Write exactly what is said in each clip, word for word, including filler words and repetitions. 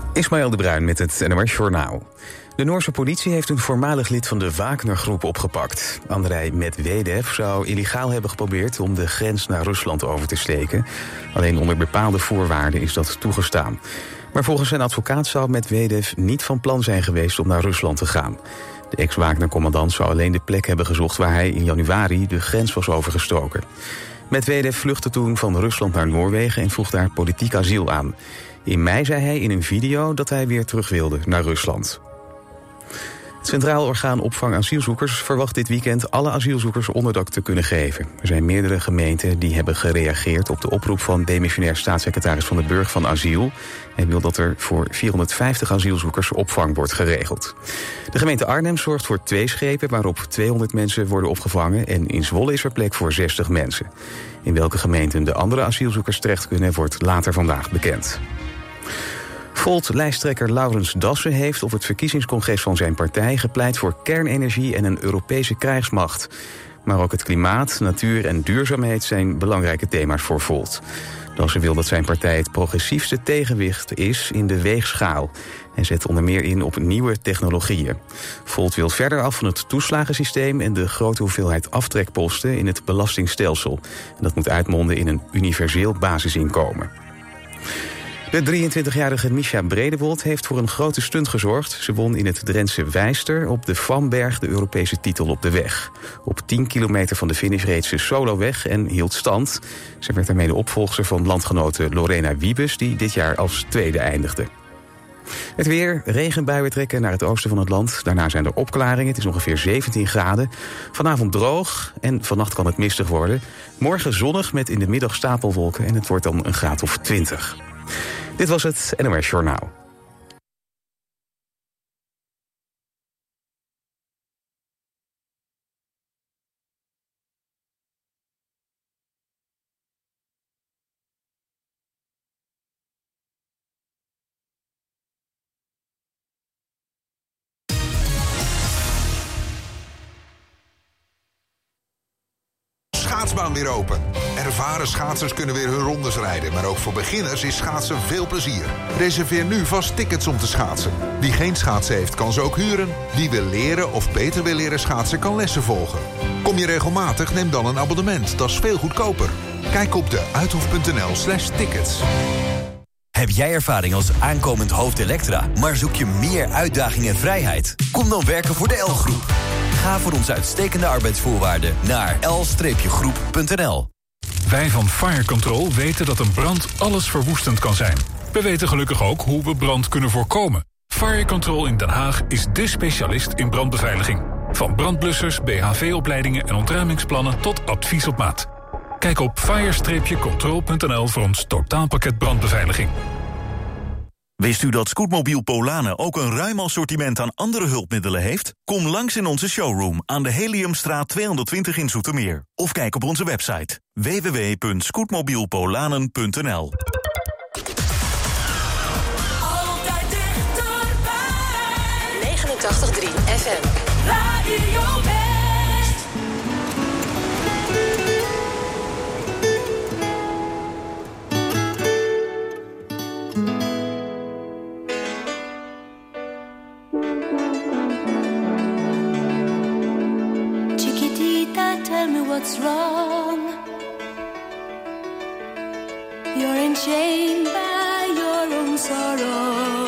Ismaël de Bruin met het N O S Journaal. De Noorse politie heeft een voormalig lid van de Wagner-groep opgepakt. Andrei Medvedev zou illegaal hebben geprobeerd om de grens naar Rusland over te steken. Alleen onder bepaalde voorwaarden is dat toegestaan. Maar volgens zijn advocaat zou Medvedev niet van plan zijn geweest om naar Rusland te gaan. De ex-Wagner-commandant zou alleen de plek hebben gezocht waar hij in januari de grens was overgestoken. Medvedev vluchtte toen van Rusland naar Noorwegen en vroeg daar politiek asiel aan. In mei zei hij in een video dat hij weer terug wilde naar Rusland. Het Centraal Orgaan Opvang Asielzoekers verwacht dit weekend alle asielzoekers onderdak te kunnen geven. Er zijn meerdere gemeenten die hebben gereageerd op de oproep van demissionair staatssecretaris Van den Burg van Asiel. Hij wil dat er voor vierhonderdvijftig asielzoekers opvang wordt geregeld. De gemeente Arnhem zorgt voor twee schepen waarop tweehonderd mensen worden opgevangen en in Zwolle is er plek voor zestig mensen. In welke gemeenten de andere asielzoekers terecht kunnen wordt later vandaag bekend. Volt-lijsttrekker Laurens Dassen heeft op het verkiezingscongres van zijn partij gepleit voor kernenergie en een Europese krijgsmacht. Maar ook het klimaat, natuur en duurzaamheid zijn belangrijke thema's voor Volt. Dassen wil dat zijn partij het progressiefste tegenwicht is in de weegschaal. Hij zet onder meer in op nieuwe technologieën. Volt wil verder af van het toeslagensysteem en de grote hoeveelheid aftrekposten in het belastingstelsel. En dat moet uitmonden in een universeel basisinkomen. De drieëntwintigjarige Misha Bredewold heeft voor een grote stunt gezorgd. Ze won in het Drentse Wijster op de Vanberg de Europese titel op de weg. Op tien kilometer van de finish reed ze solo weg en hield stand. Ze werd daarmee de opvolgster van landgenote Lorena Wiebes, die dit jaar als tweede eindigde. Het weer, regenbuien trekken naar het oosten van het land. Daarna zijn er opklaringen, het is ongeveer zeventien graden. Vanavond droog en vannacht kan het mistig worden. Morgen zonnig met in de middag stapelwolken en het wordt dan een graad of twintig. Dit was het N O S Journaal. Schaatsbaan weer open. Ervaren schaatsers kunnen weer hun rondes rijden, maar ook voor beginners is schaatsen veel plezier. Reserveer nu vast tickets om te schaatsen. Wie geen schaatsen heeft, kan ze ook huren. Wie wil leren of beter wil leren schaatsen, kan lessen volgen. Kom je regelmatig, neem dan een abonnement. Dat is veel goedkoper. Kijk op de uithof.nl slash tickets. Heb jij ervaring als aankomend hoofd Elektra, maar zoek je meer uitdaging en vrijheid? Kom dan werken voor de L-groep. Ga voor onze uitstekende arbeidsvoorwaarden naar l groep punt n l. Wij van Fire Control weten dat een brand alles verwoestend kan zijn. We weten gelukkig ook hoe we brand kunnen voorkomen. Fire Control in Den Haag is dé specialist in brandbeveiliging. Van brandblussers, B H V-opleidingen en ontruimingsplannen tot advies op maat. Kijk op fire control punt n l voor ons totaalpakket brandbeveiliging. Wist u dat Scootmobiel Polanen ook een ruim assortiment aan andere hulpmiddelen heeft? Kom langs in onze showroom aan de Heliumstraat tweehonderdtwintig in Zoetermeer. Of kijk op onze website w w w punt scootmobielpolanen punt n l. Altijd dichterbij. negenentachtig komma drie F M. Radio West. Tell me what's wrong. You're enchained by your own sorrow.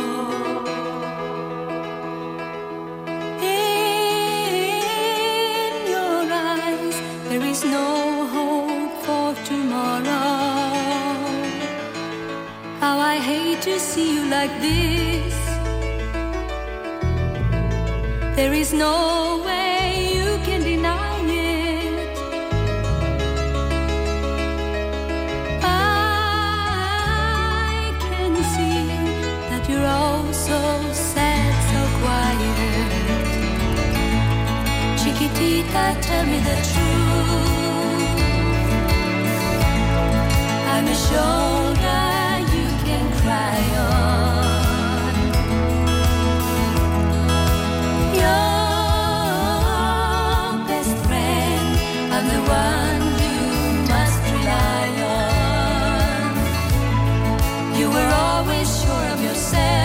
In your eyes there is no hope for tomorrow. How I hate to see you like this. There is no way you can deny. You're all so sad, so quiet. Chiquitita, tell me the truth. I'm a shoulder you can cry on. Your best friend, I'm the one you must rely on. You were always sure of yourself.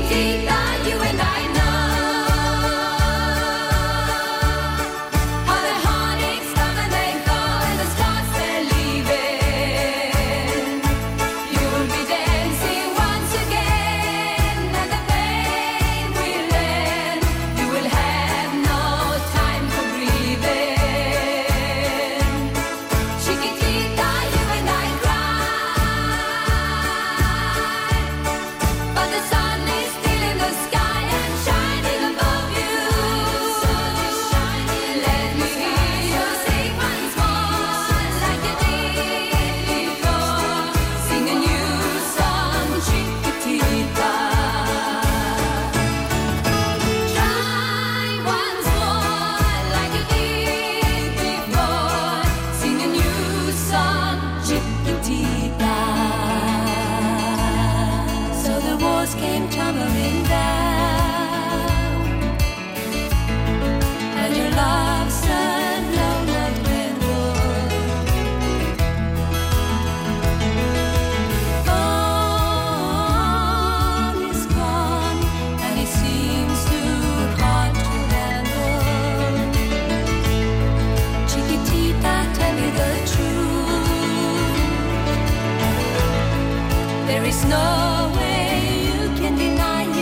Chiquitita, you and I know how the heartaches come and they go and the stars they're leaving. You'll be dancing once again and the pain will end. You will have no time for breathing. Chiquitita, you and I cry, but the sun is still in the sky and shining above you. Let me hear you sing once more like you did before. Sing a new song, Chiquitita. Try once more like you did before. Sing a new song, Chiquitita. So the walls came tumbling down, and your love said no more tremble. All is gone, and it seems too hard to handle. Chiquitita, tell me the truth. There is no way you can deny it.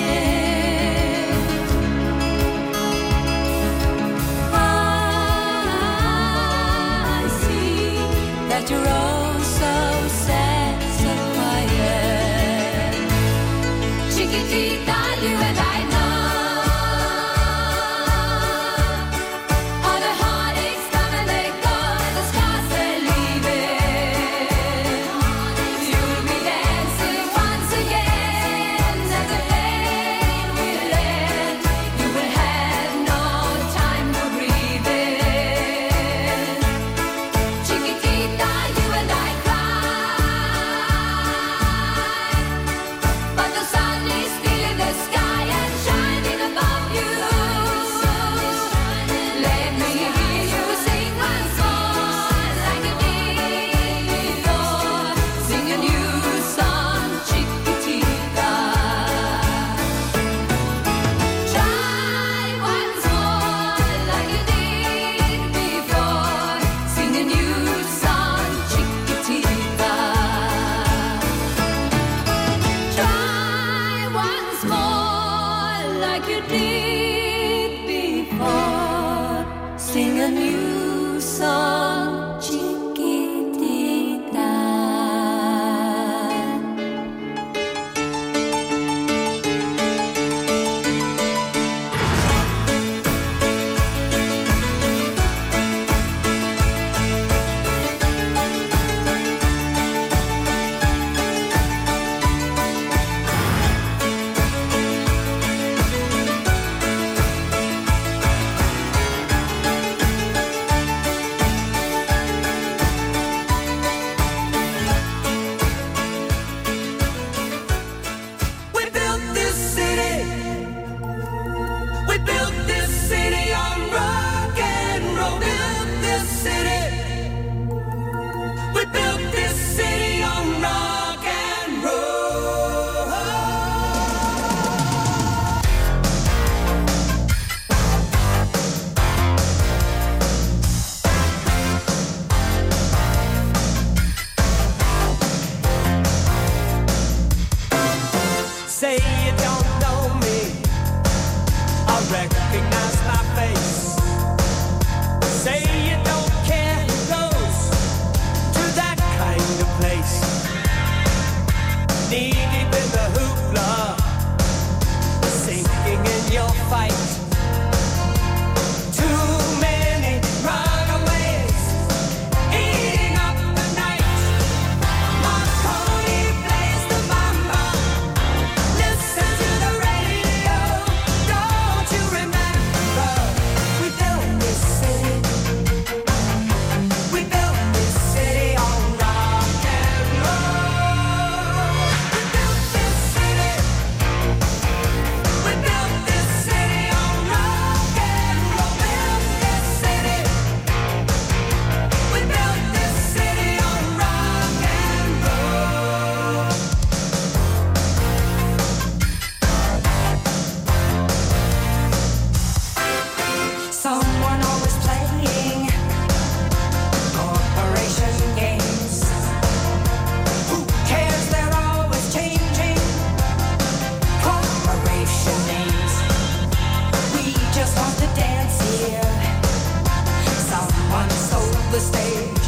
I see that you're oh so sad, so quiet. Chiquitita, you and I know how the heartaches come and they go and the scars they're leaving. You'll be dancing once again and the pain will end. You will have no time for breathing. Chiquitita, you and I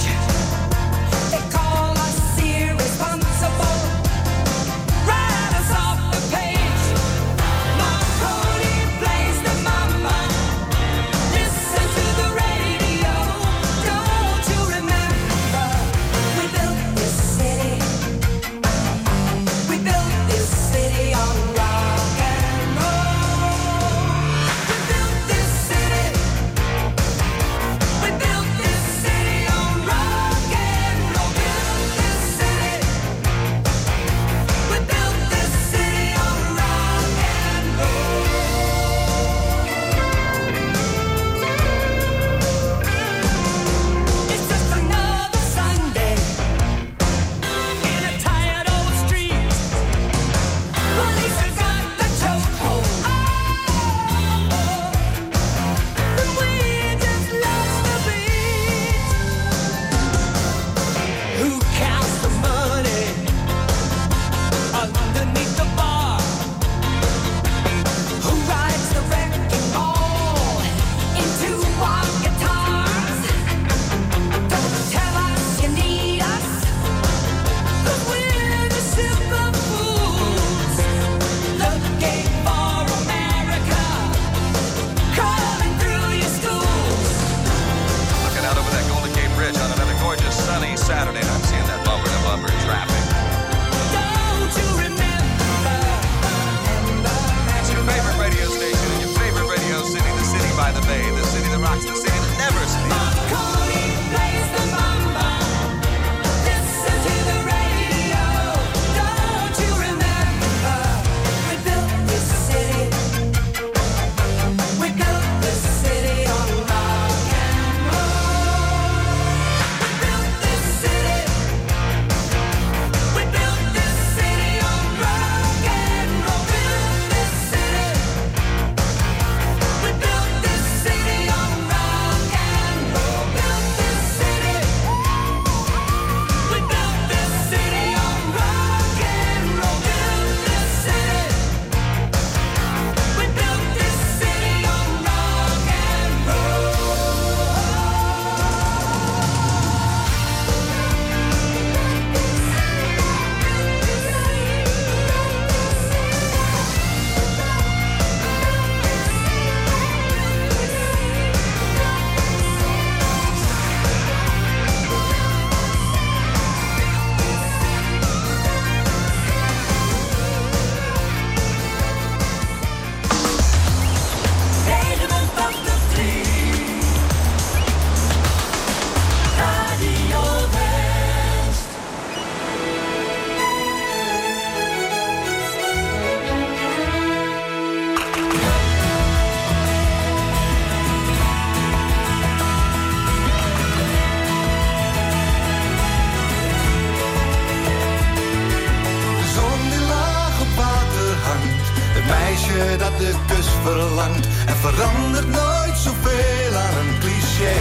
dat de kus verlangt en verandert nooit zoveel aan een cliché.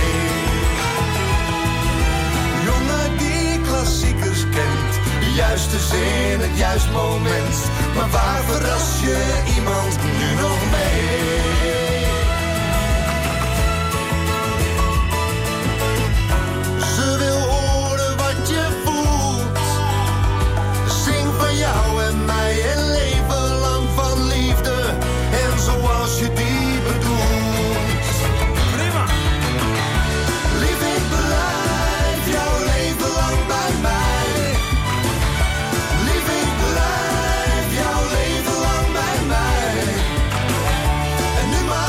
Jongen die klassiekers kent, de juiste zin, het juist moment. Maar waar verras je iemand nu nog mee? Ze wil horen wat je voelt. Zing van jou en mij een leven lang van liefde. En zoals je die bedoelt. Prima. Lief, ik blijf jouw leven lang bij mij. Lief, ik blijf jouw leven lang bij mij. En nu maar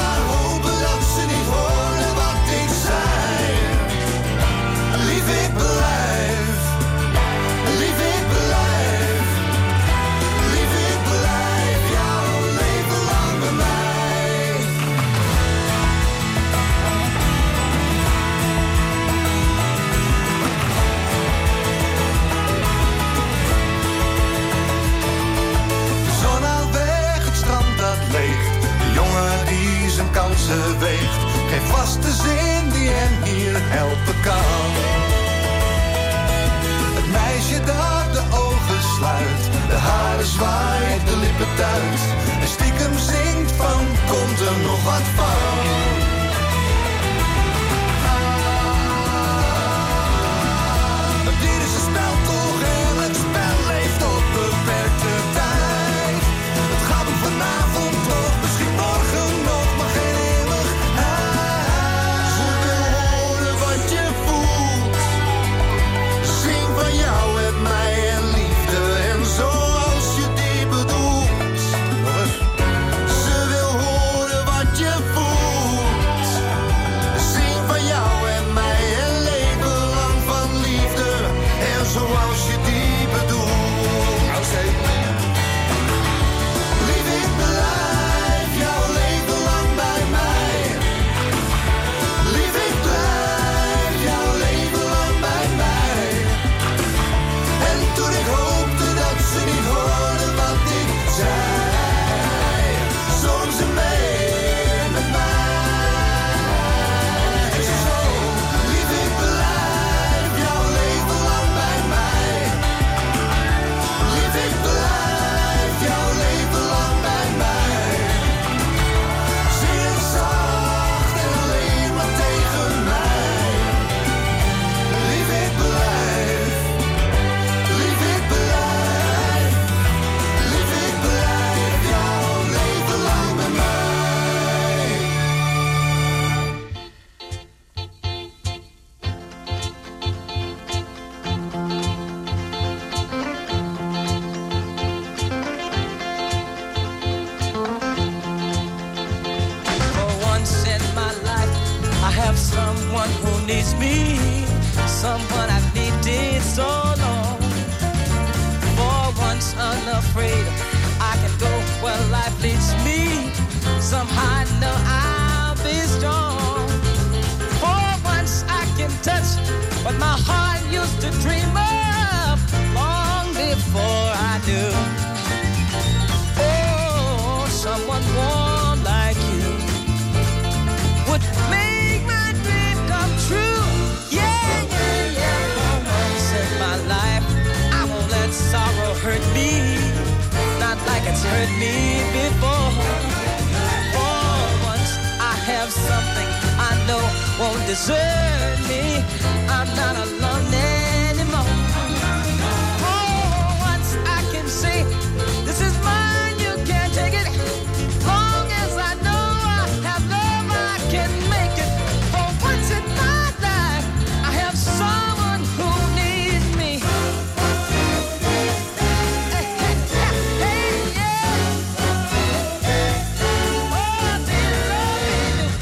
needs me, someone I've needed so long. For once unafraid, I can go where life leads me. Somehow I know I'll be strong. For once I can touch what my heart used to dream of long before I knew. Oh, someone warm like you would make my dream come true. Yeah, yeah, yeah. For once in my life, I won't let sorrow hurt me, not like it's hurt me before. For once I have something I know won't desert me. I'm not alone anymore. For once I can say, this is mine, you can't take it. Long as I know I have love, I can make it. For once in my life, I have someone who needs me. Hey, hey, hey, yeah. Oh, they love me.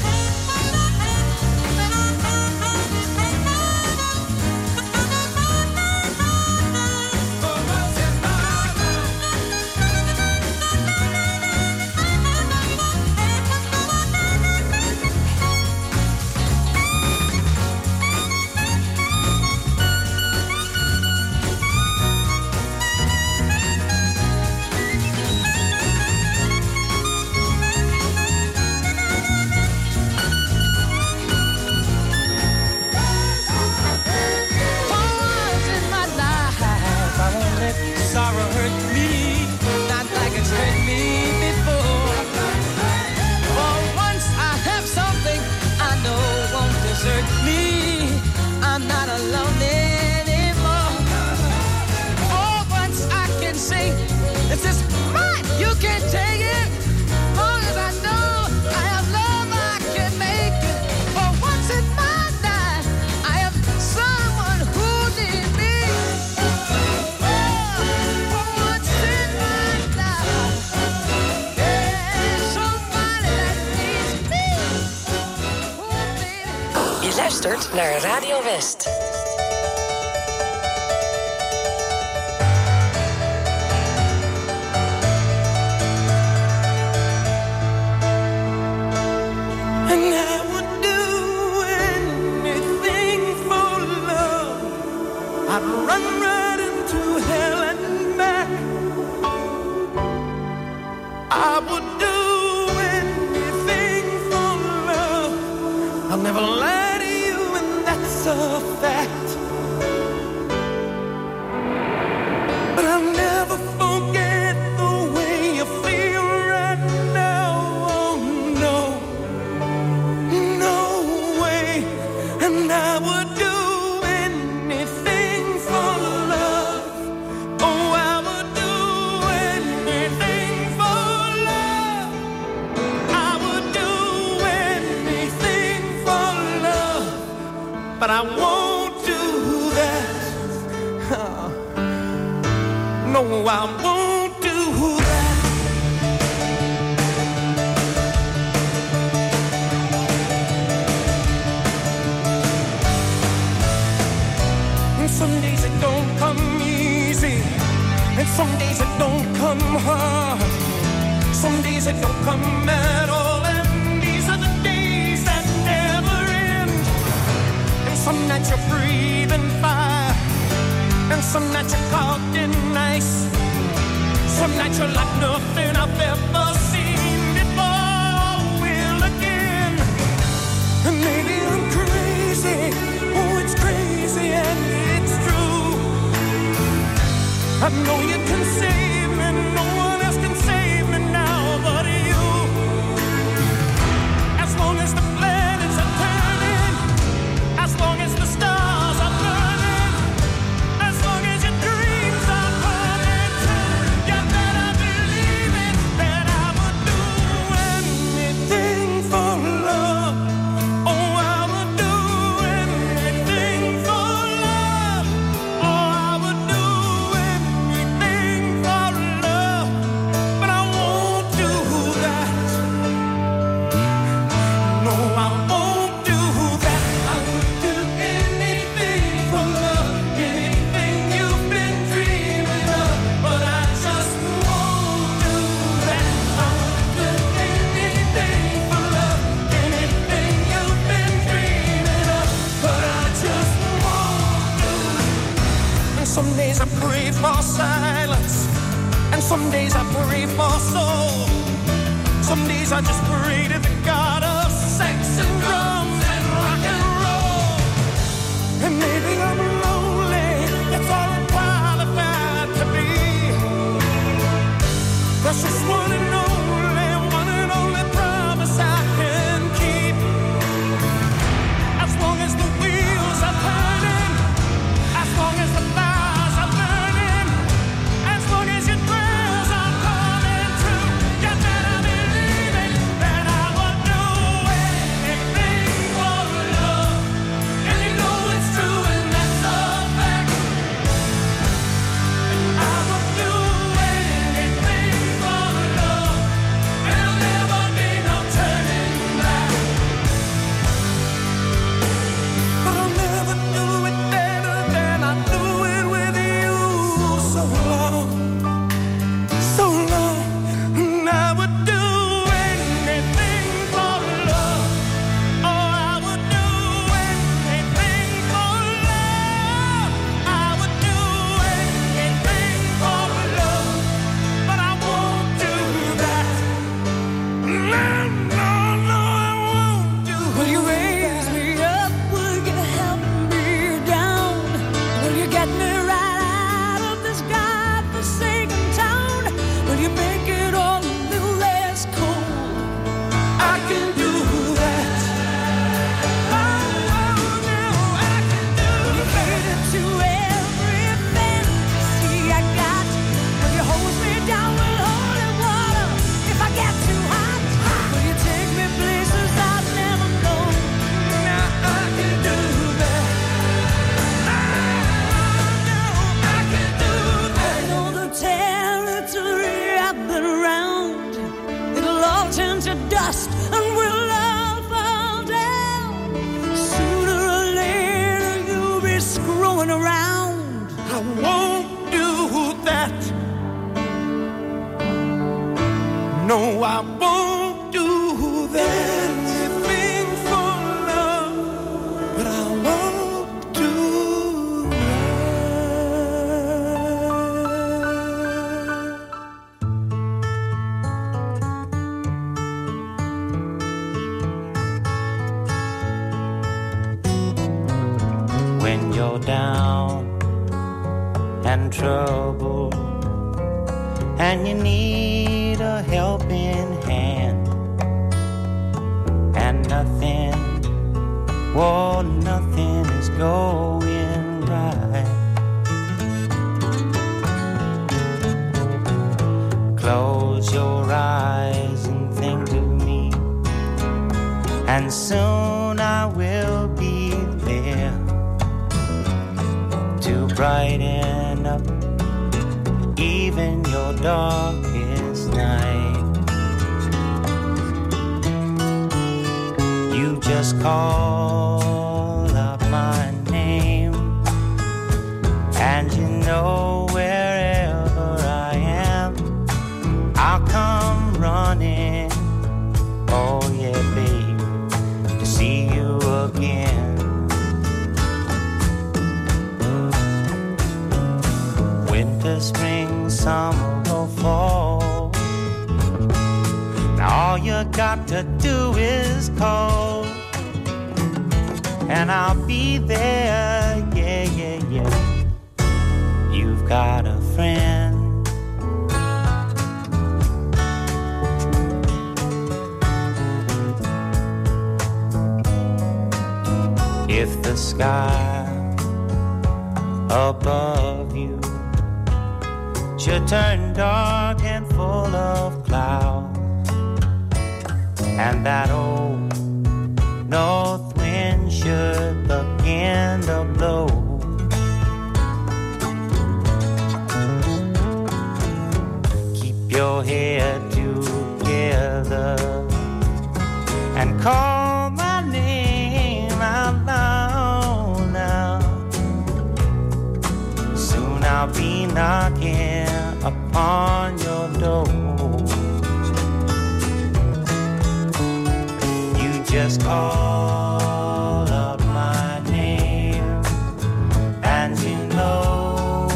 For once in my Once in my life, I won't let sorrow hurt me, not like it's hurt me before. For once I have something I know won't desert me. I'm not alone anymore. For once I can say, this is mine, you can't take it. Long as I know I have love, I can make it. For once in my life, I have someone who needs me. Oh, for once in my life, there's somebody that needs me. Oh, baby. Je luistert naar Radio West. And I would do anything for love. I'd run right into hell and back. I would do anything for love. I'll never lie to you, and that's a fact. But I'll never forget the way you feel right now. Oh no. No way, and I would do anything for love. Oh, I would do anything for love. I would do anything for love, but I won't do that. Oh, no, I won't do that. And some days it don't come easy, and some days it don't come hard. Some days it don't come at all, and these are the days that never end. And some nights you're breathing fire, and some nights you're caught in ice. Some nights you're like nothing I've ever seen before. Will again, and maybe I'm crazy. Oh, it's crazy and it's true. I know you can save me, no one else can save me now but you. As long as the planets are turning, as long as the stars are burning, as long as your dreams are coming true, you better believe it, that I would do anything for love. Oh, I would do anything for love. Oh, I would do anything for love. Some days I pray for silence, and some days I pray for soul. Some days I just pray to the God of sex and drums and rock and roll. And maybe I'm lonely, that's all I'm qualified to be. That's just one and only, one and only promise I can keep. As long as the wheels are turning, as long as the fires are burning, as long as your prayers are coming true, you better believe it, that I will do anything for love. And you know it's true, and that's a fact. And I will do anything for love, and there'll never be no turning back. But I'll never do it better than I do it with you. So long, so long, and I would do anything for love. Oh, I would do anything for love. I would do anything for love, but I won't do that. No, no, no, I won't do. Will you raise me up? Will you help me down? Will you get me right out of this godforsaken town? Will you make it all a little less cold? I can do that. Oh, oh, no, I can do that. Will you cater to every fantasy I got? Will you hose me down with holy water if I get too hot? Will you take me places I've never known? Now I can do that. Oh, no, I can do that. I know the territory I've been around. It'll all turn to dust and we'll all fall down. Sooner or later you'll be screwing around. I won't do that. No, I won't do that. Anything for love, but I won't do that. When you're down and troubled, and you need a helping hand, and nothing, whoa, nothing is going right. Close your eyes and think of me, and soon I will be there to brighten up even your darkest night. You just call out my name, and you know wherever I am, I'll come running. Oh yeah, babe, to see you again. Winter, spring, summer or fall, now all you got to do is call, and I'll be there, yeah, yeah, yeah. You've got a friend. If the sky above you should turn dark and full of clouds, and that old north wind should begin to blow, keep your head together and call my name out loud now. Soon I'll be knocking upon your door. You just call out my name, and you know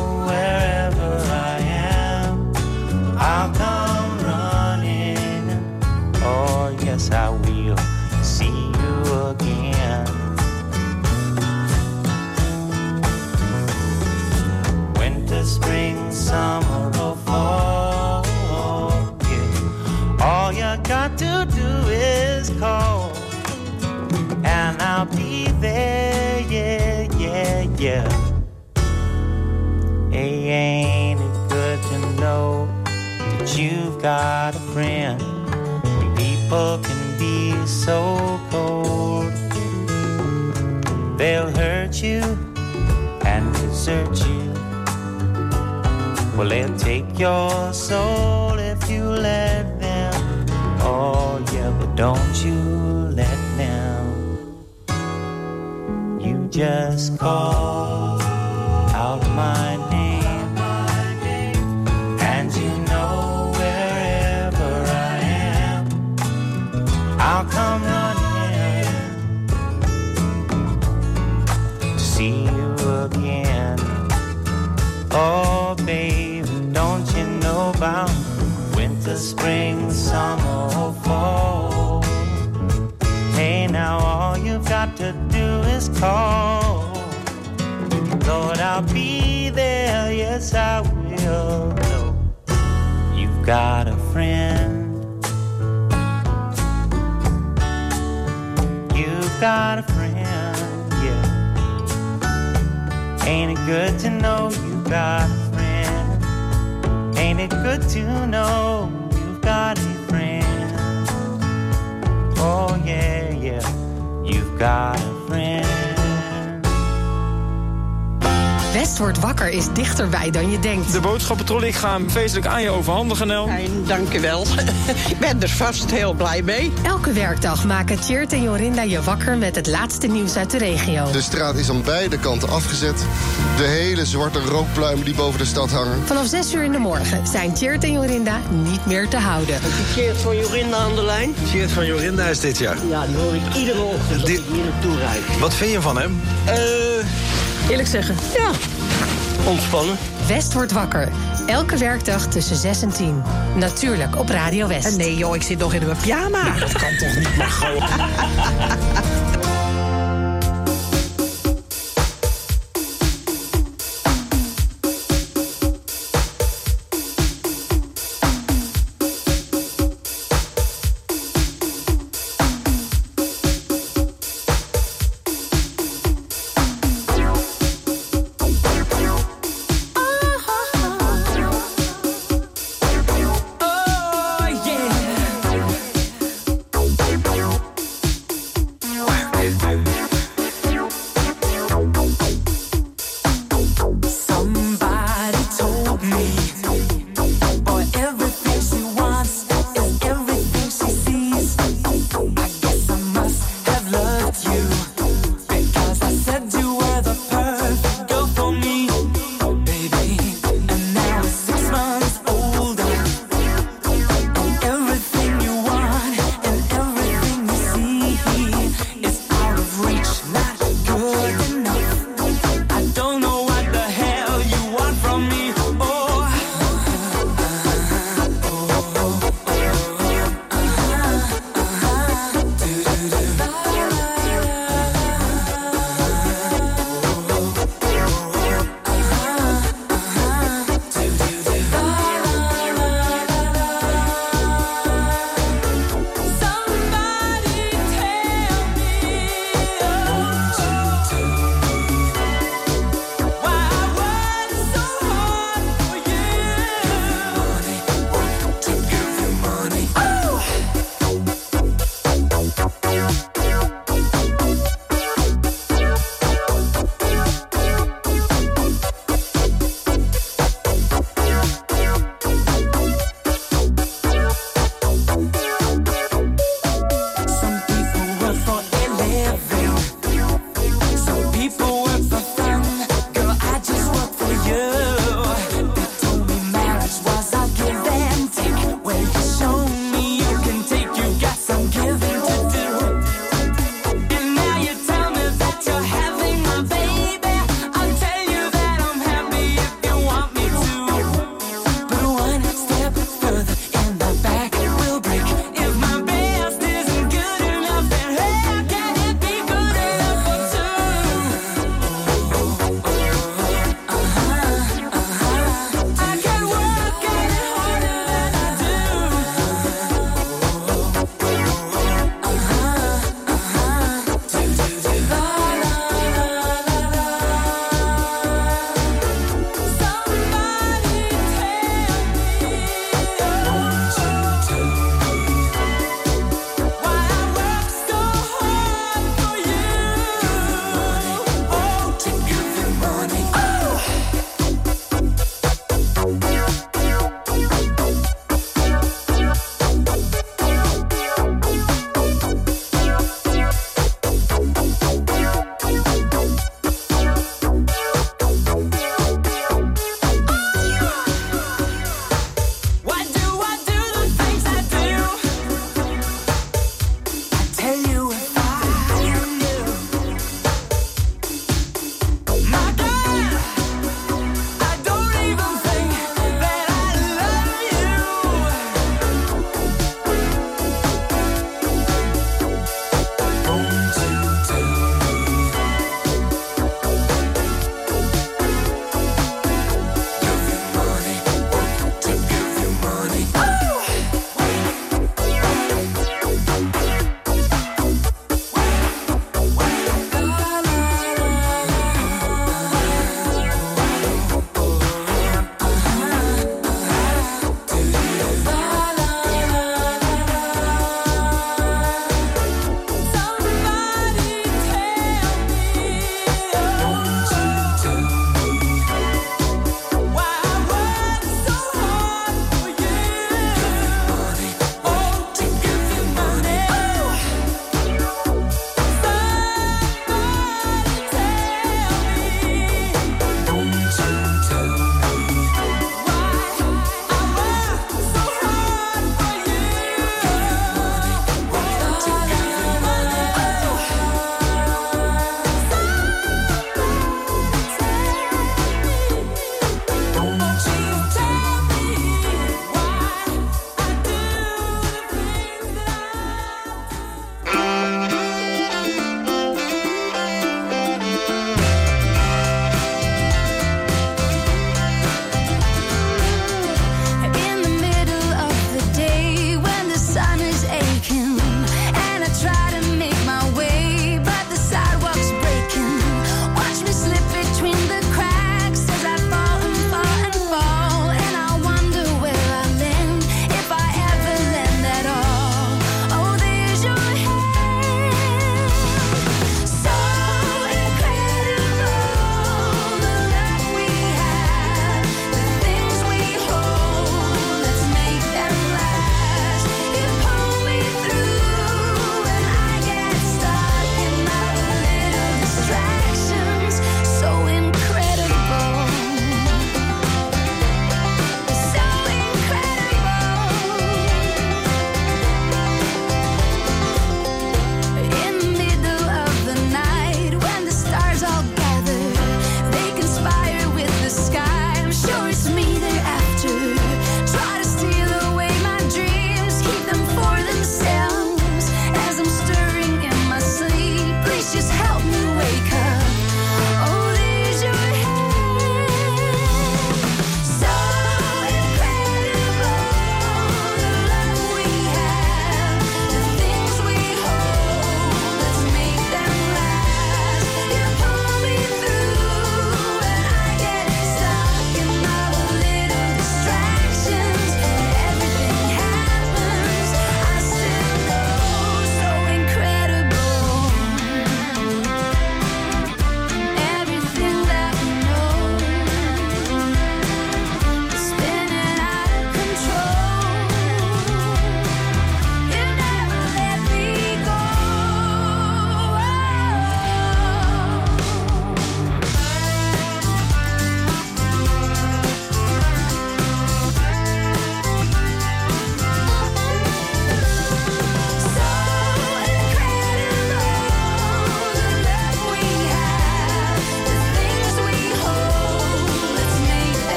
you've got a friend. People can be so cold. They'll hurt you and desert you. Well, they'll take your soul if you let them. Oh yeah, but don't you let them. You just call out my name, and you know wherever I am, I'll come running to see you again. Oh baby, don't you know about winter, spring, summer, or fall? Hey, now all you've got to do is call. Lord, I'll be there, yes I will. No, you've got a friend. You've got a friend, yeah. Ain't it good to know you've got a friend? Ain't it good to know you've got a friend? Oh yeah, yeah, you've got a friend. West wordt wakker is dichterbij dan je denkt. De boodschappentrolley, ik ga hem feestelijk aan je overhandigen, Nel. Fijn, dank je wel. Ik ben er vast heel blij mee. Elke werkdag maken Tjeerd en Jorinda je wakker met het laatste nieuws uit de regio. De straat is aan beide kanten afgezet. De hele zwarte rookpluimen die boven de stad hangen. Vanaf zes uur in de morgen zijn Tjeerd en Jorinda niet meer te houden. Heb je Tjeerd van Jorinda aan de lijn? Tjeerd van Jorinda is dit jaar. Ja, die hoor ik iedere ochtend als ik hier naartoe rijd. Wat vind je van hem? Eh... Eerlijk zeggen. Ja, ontspannen. West wordt wakker. Elke werkdag tussen zes en tien. Natuurlijk op Radio West. Nee joh, ik zit nog in mijn pyjama. Nou, dat kan toch niet, maar gewoon.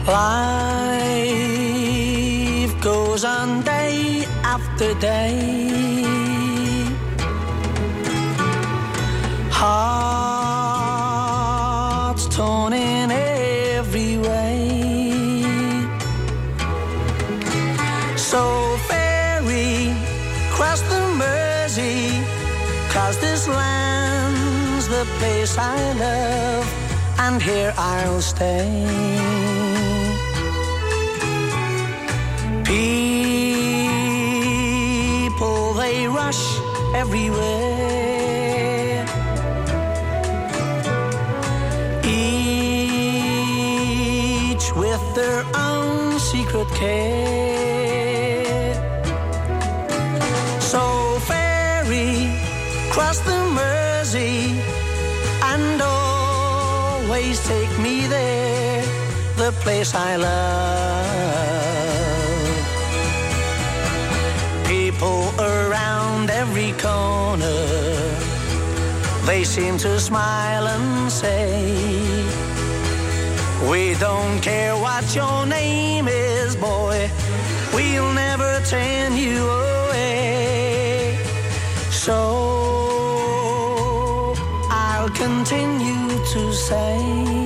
Life goes on day after day. Hearts torn in every way. So ferry, cross the Mersey, 'cause this land's the place I love, and here I'll stay. People, they rush everywhere, each with their own secret care. So ferry, cross the Mersey, and always take me there, the place I love. People around every corner, they seem to smile and say, we don't care what your name is, boy, we'll never turn you away. So I'll continue to say,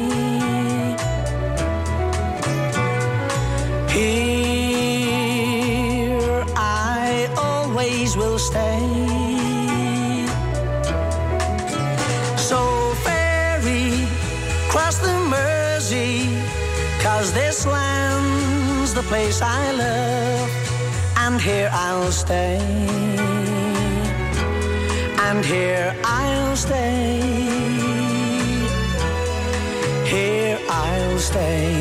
here I always will stay. So ferry, cross the Mersey, 'cause this land's the place I love, and here I'll stay. And here I'll stay. Here I'll stay.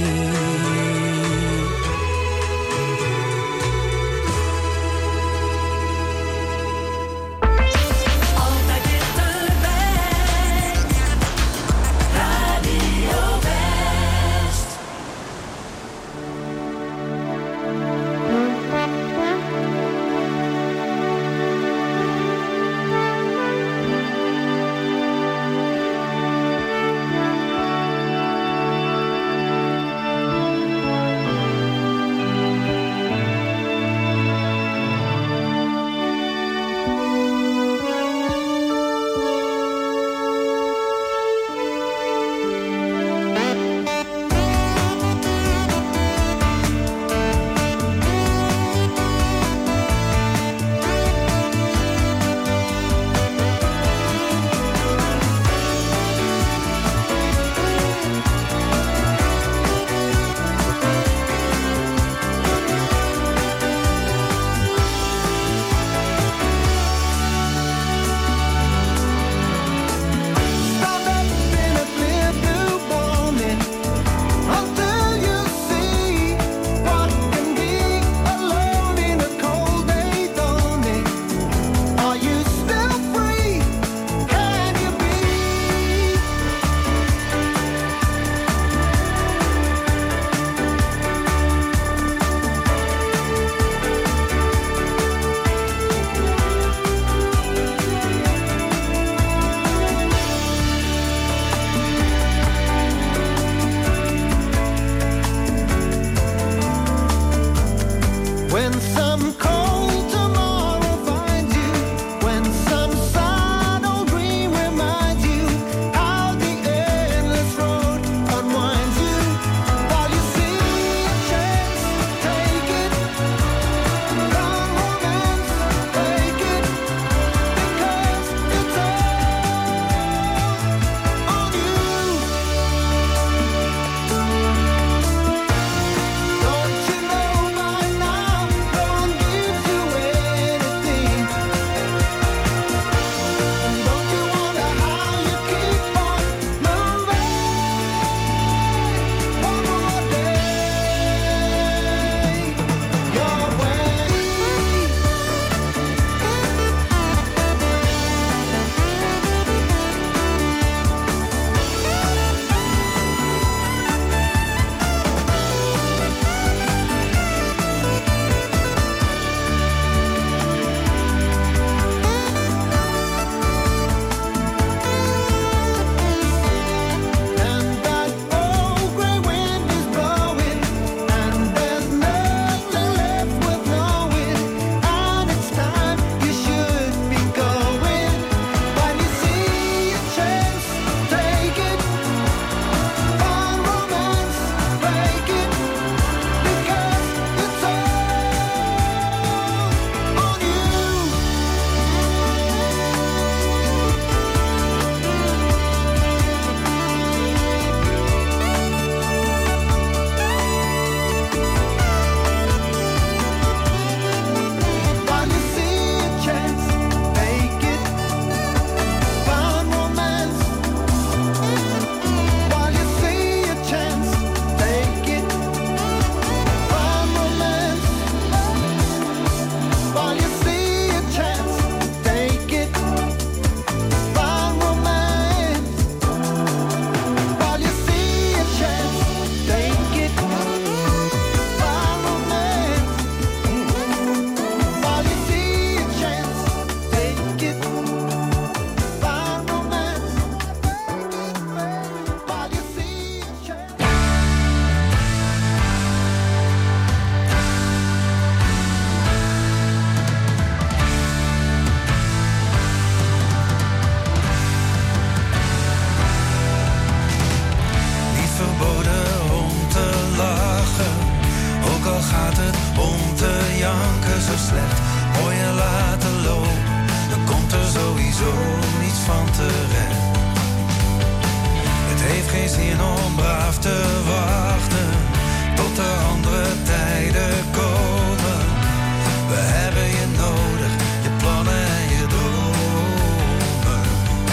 terecht. Het heeft geen zin om braaf te wachten tot er andere tijden komen. We hebben je nodig, je plannen en je dromen.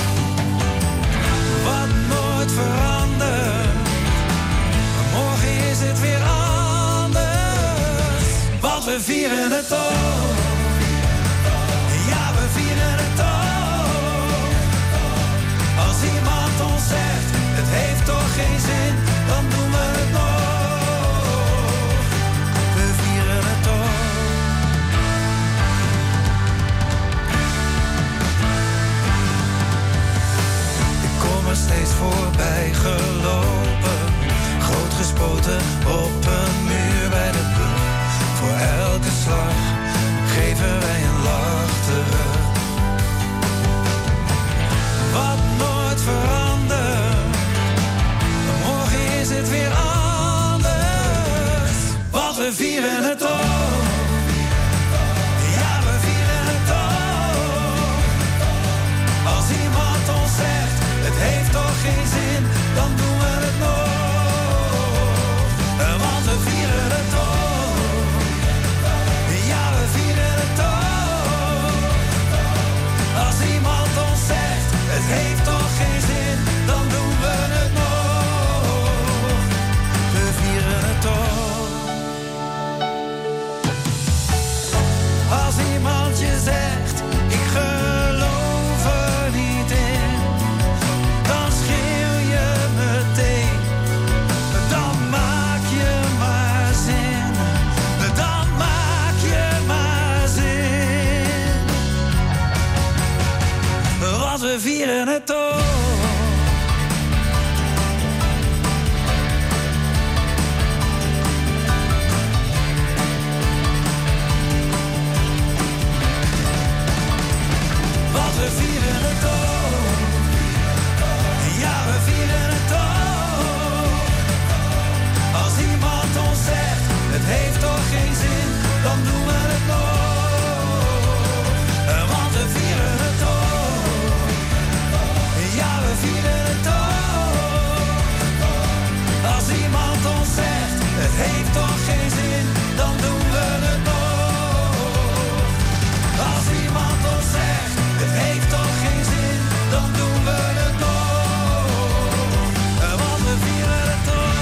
Wat nooit verandert, morgen is het weer anders. Want we vieren het toch. Ja, we vieren het toch. Als iemand ons zegt, het heeft toch geen zin, dan doen we het nog. We vieren het toch. Ik kom er steeds voorbij gelopen, groot gespoten op een muur bij de brug. Voor elke slag geven wij een lach terug. Wat nooit verandert, morgen is het weer anders. Want we vieren het toch. Ja, we vieren het toch. Als iemand ons zegt, het heeft toch geen zin, dan doen we het nog. Want we vieren het toch. Ja, we vieren het toch. Als iemand ons zegt, het heeft toch geen zin, dan doen we het nog. We vieren het toch. Als iemand je zegt, ik geloof er niet in, dan schreeuw je meteen. Dan maak je maar zin. Dan maak je maar zin. Want we vieren het toch. Want we vieren het toch. Ja, we vieren het toch. Als iemand ons zegt, het heeft toch geen zin, dan doen we het nog. Want we vieren het toch. Ja, we vieren het toch. Als iemand ons zegt, het heeft toch geen zin, dan doen we het nog. Als iemand ons zegt, het heeft toch geen zin, dan doen we het nog. Want we vieren het toch.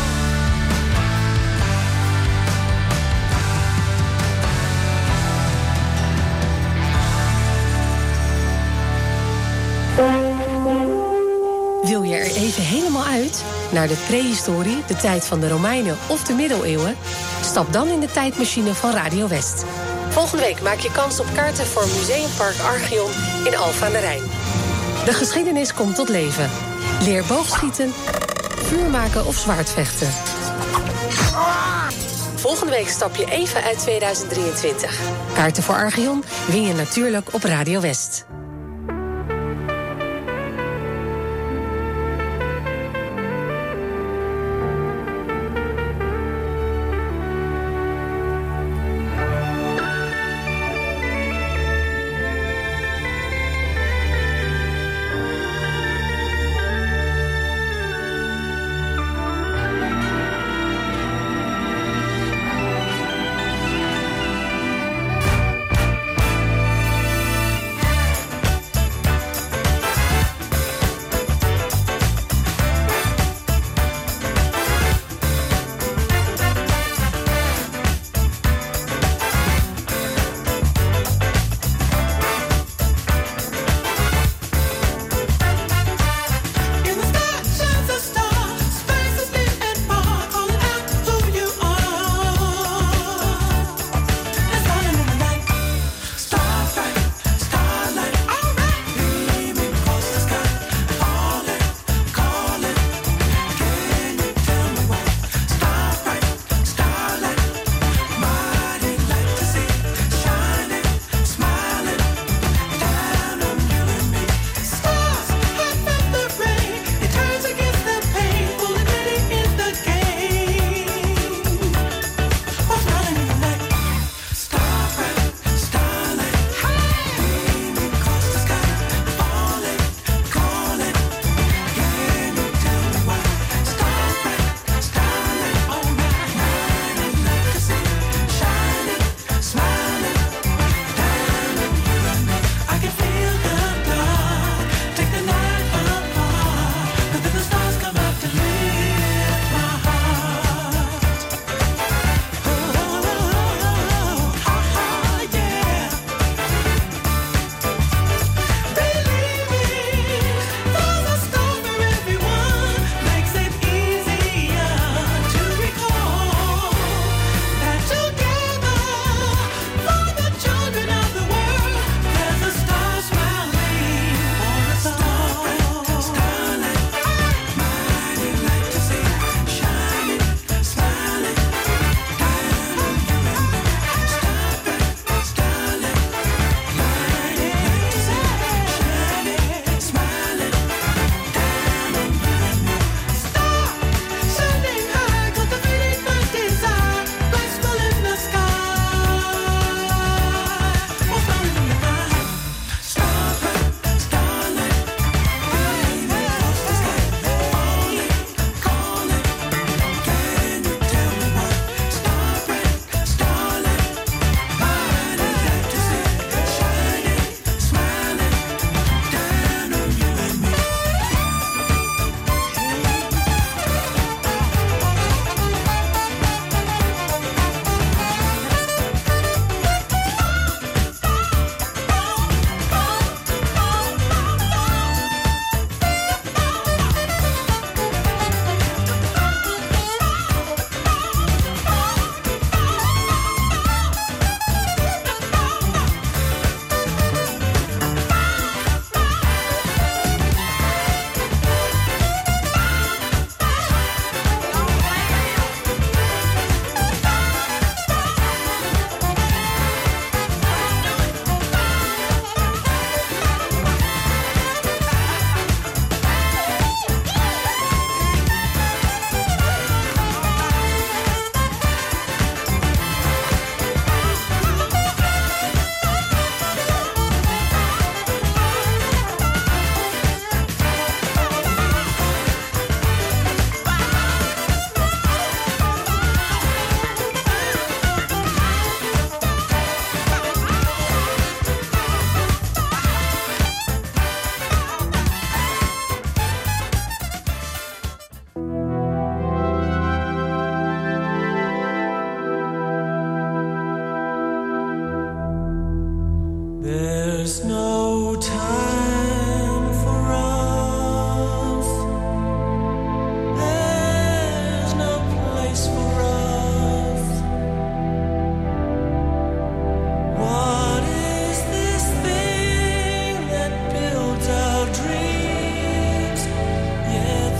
Wil je er even helemaal uit? Naar de prehistorie, de tijd van de Romeinen of de middeleeuwen? Stap dan in de tijdmachine van Radio West. Volgende week maak je kans op kaarten voor Museumpark Archeon in Alphen aan de Rijn. De geschiedenis komt tot leven. Leer boogschieten, vuur maken of zwaardvechten. Volgende week stap je even uit tweeduizend drieëntwintig. Kaarten voor Archeon win je natuurlijk op Radio West.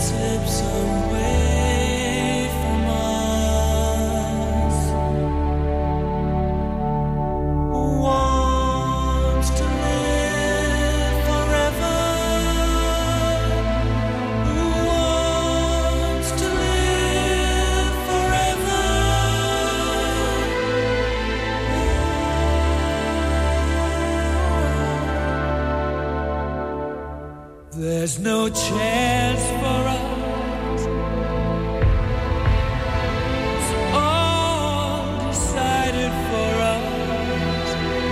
slips away from us. Who wants to live forever? Who wants to live forever? There's no chance for us. It's all decided for us.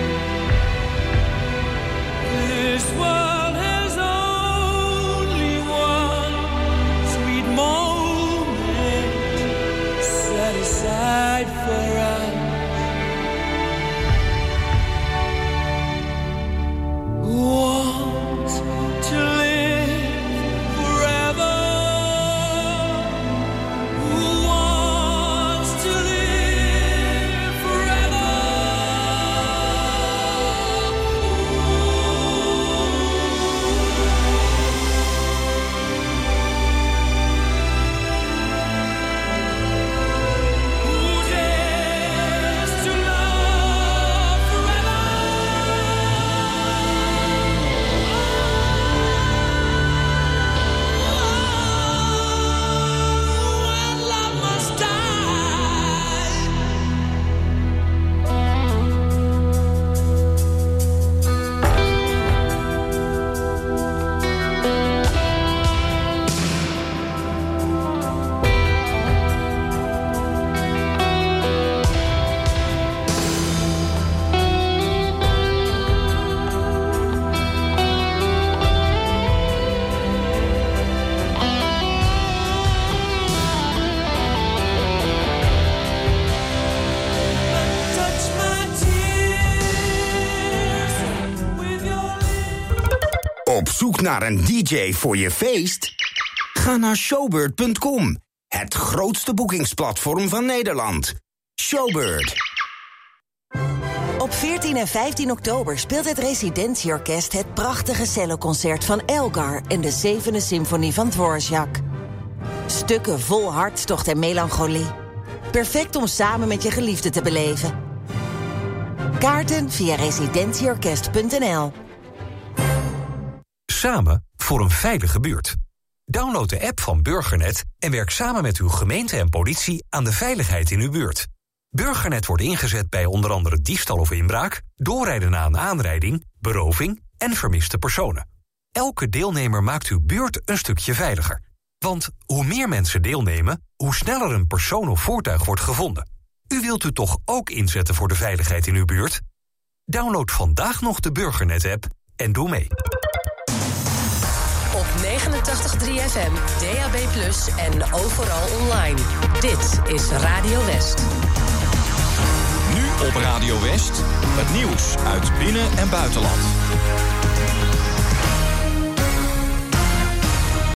This world has only one sweet moment set aside for us. Who wants to live forever? Who wants to live forever? Who dares to love forever? When love must die. Touch my tears with your Op zoek naar een D J voor je feest? Ga naar showbird punt com, het grootste boekingsplatform van Nederland. Showbird. Op veertien en vijftien oktober speelt het Residentieorkest het prachtige celloconcert van Elgar en de zevende symfonie van Dvorak. Stukken vol hartstocht en melancholie. Perfect om samen met je geliefde te beleven. Kaarten via residentieorkest punt n l. Samen voor een veilige buurt. Download de app van Burgernet en werk samen met uw gemeente en politie aan de veiligheid in uw buurt. Burgernet wordt ingezet bij onder andere diefstal of inbraak, doorrijden na een aanrijding, beroving en vermiste personen. Elke deelnemer maakt uw buurt een stukje veiliger. Want hoe meer mensen deelnemen, hoe sneller een persoon of voertuig wordt gevonden. U wilt u toch ook inzetten voor de veiligheid in uw buurt? Download vandaag nog de Burgernet-app en doe mee. Op negenentachtig komma drie F M, D A B plus, en overal online. Dit is Radio West. Nu op Radio West, het nieuws uit binnen- en buitenland.